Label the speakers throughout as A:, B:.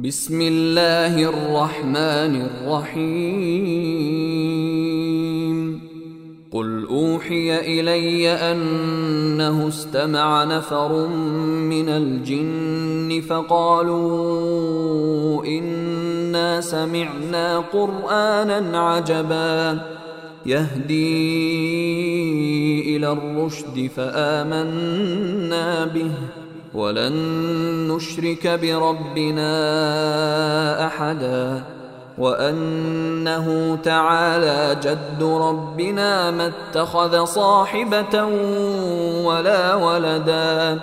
A: بسم الله الرحمن الرحيم قل أوحي إلي أنه استمع نفر من الجن فقالوا إنا سمعنا قرآنا عجبا يهدي إلى الرشد فآمنا به ولن نشرك بربنا أحدا وأنه تعالى جد ربنا ما اتخذ صاحبة ولا ولدا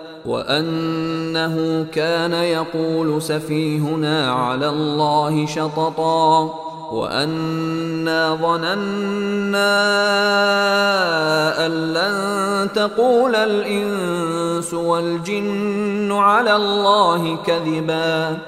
A: وأنه كان يقول سفيهنا على الله شططا وأنا ظننا أن لن تقول الإنس والجن على الله كذبا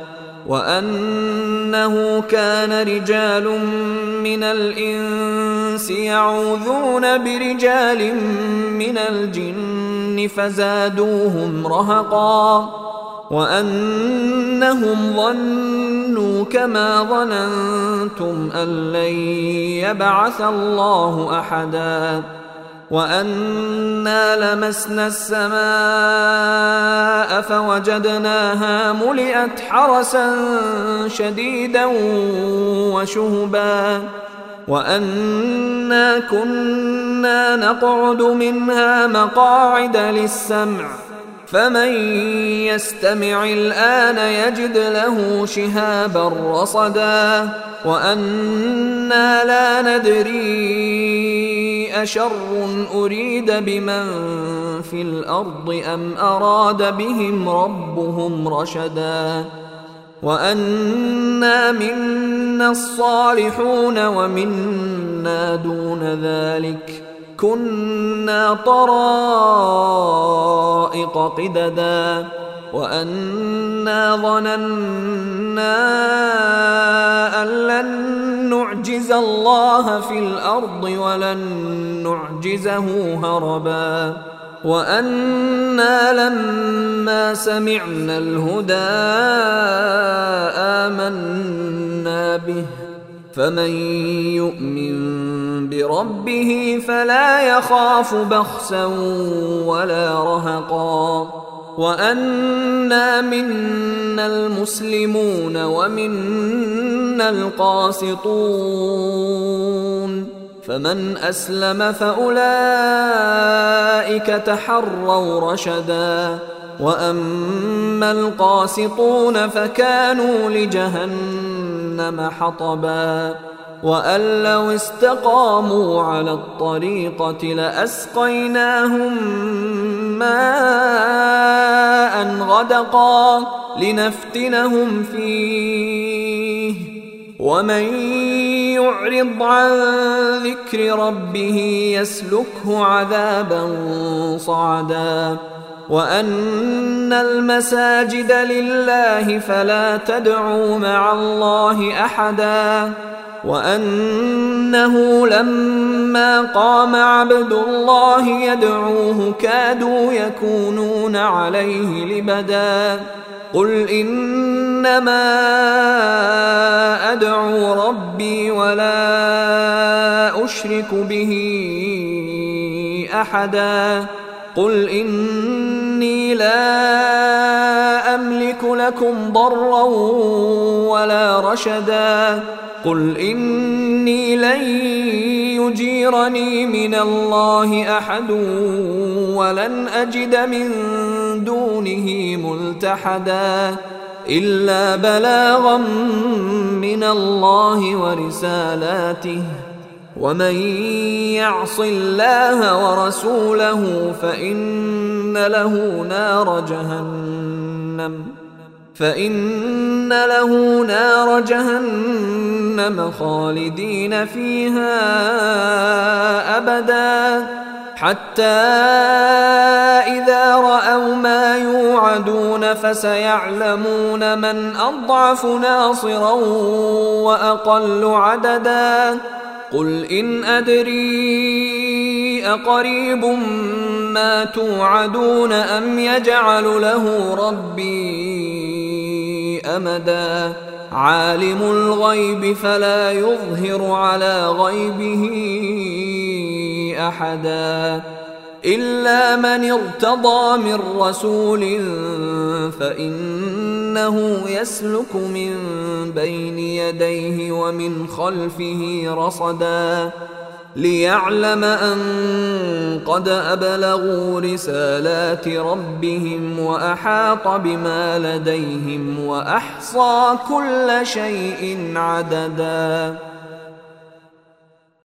A: وأنه كان رجال من الإنس يعوذون برجال من الجن فزادوهم رهقا وأنهم ظنوا كما ظننتم أن لن يبعث الله أحدا وأنا لمسنا السماء فوجدناها ملئت حرسا شديدا وشهبا وأنا كنا نقعد منها مقاعد للسمع فمن يستمع الآن يجد له شهابا رصدا وأنا لا ندري أشر أريد بمن في الأرض أم أراد بهم ربهم رشدا وأنا منا الصالحون ومنا دون ذلك كنا طرائق قددا وأنا ظننا أن لن نعجز الله في الأرض ولن نعجزه هربا وأنا لما سمعنا الهدى آمنا به فمن يؤمن بربه فلا يخاف بخسا ولا رهقا وأنا منا المسلمون ومنا القاسطون فمن أسلم فأولئك تحروا رشدا وأما القاسطون فكانوا لجهنم حطبا وأن لو استقاموا على الطريقة لأسقيناهم ماء غدقا لنفتنهم فيه ومن يعرض عن ذكر ربه يسلكه عذابا صعدا وأن المساجد لله فلا تدعوا مع الله أحدا وأنه لما قام عبد الله يدعوه كادوا يكونون عليه لبدا قل إنما أدعو ربي ولا أشرك به أحدا قل إني لا أملك لكم ضرا ولا رشدا قل إني لن يجيرني من الله أحد ولن أجد من دونه ملتحدا إلا بلاغا من الله ورسالاته ومن يعص الله ورسوله فإن له نار جهنم خالدين فيها أبدا حتى إذا رأوا ما يوعدون فسيعلمون من أضعف ناصرا وأقل عددا قل إن أدري أقريب ما توعدون أم يجعل له ربي أمدا عالم الغيب فلا يظهر على غيبه أحدا إلا من ارتضى من رسول فإنه يسلك من بين يديه ومن خلفه رصدا ليعلم أن قد أبلغوا رسالات ربهم وأحاط بما لديهم وأحصى كل شيء عددا.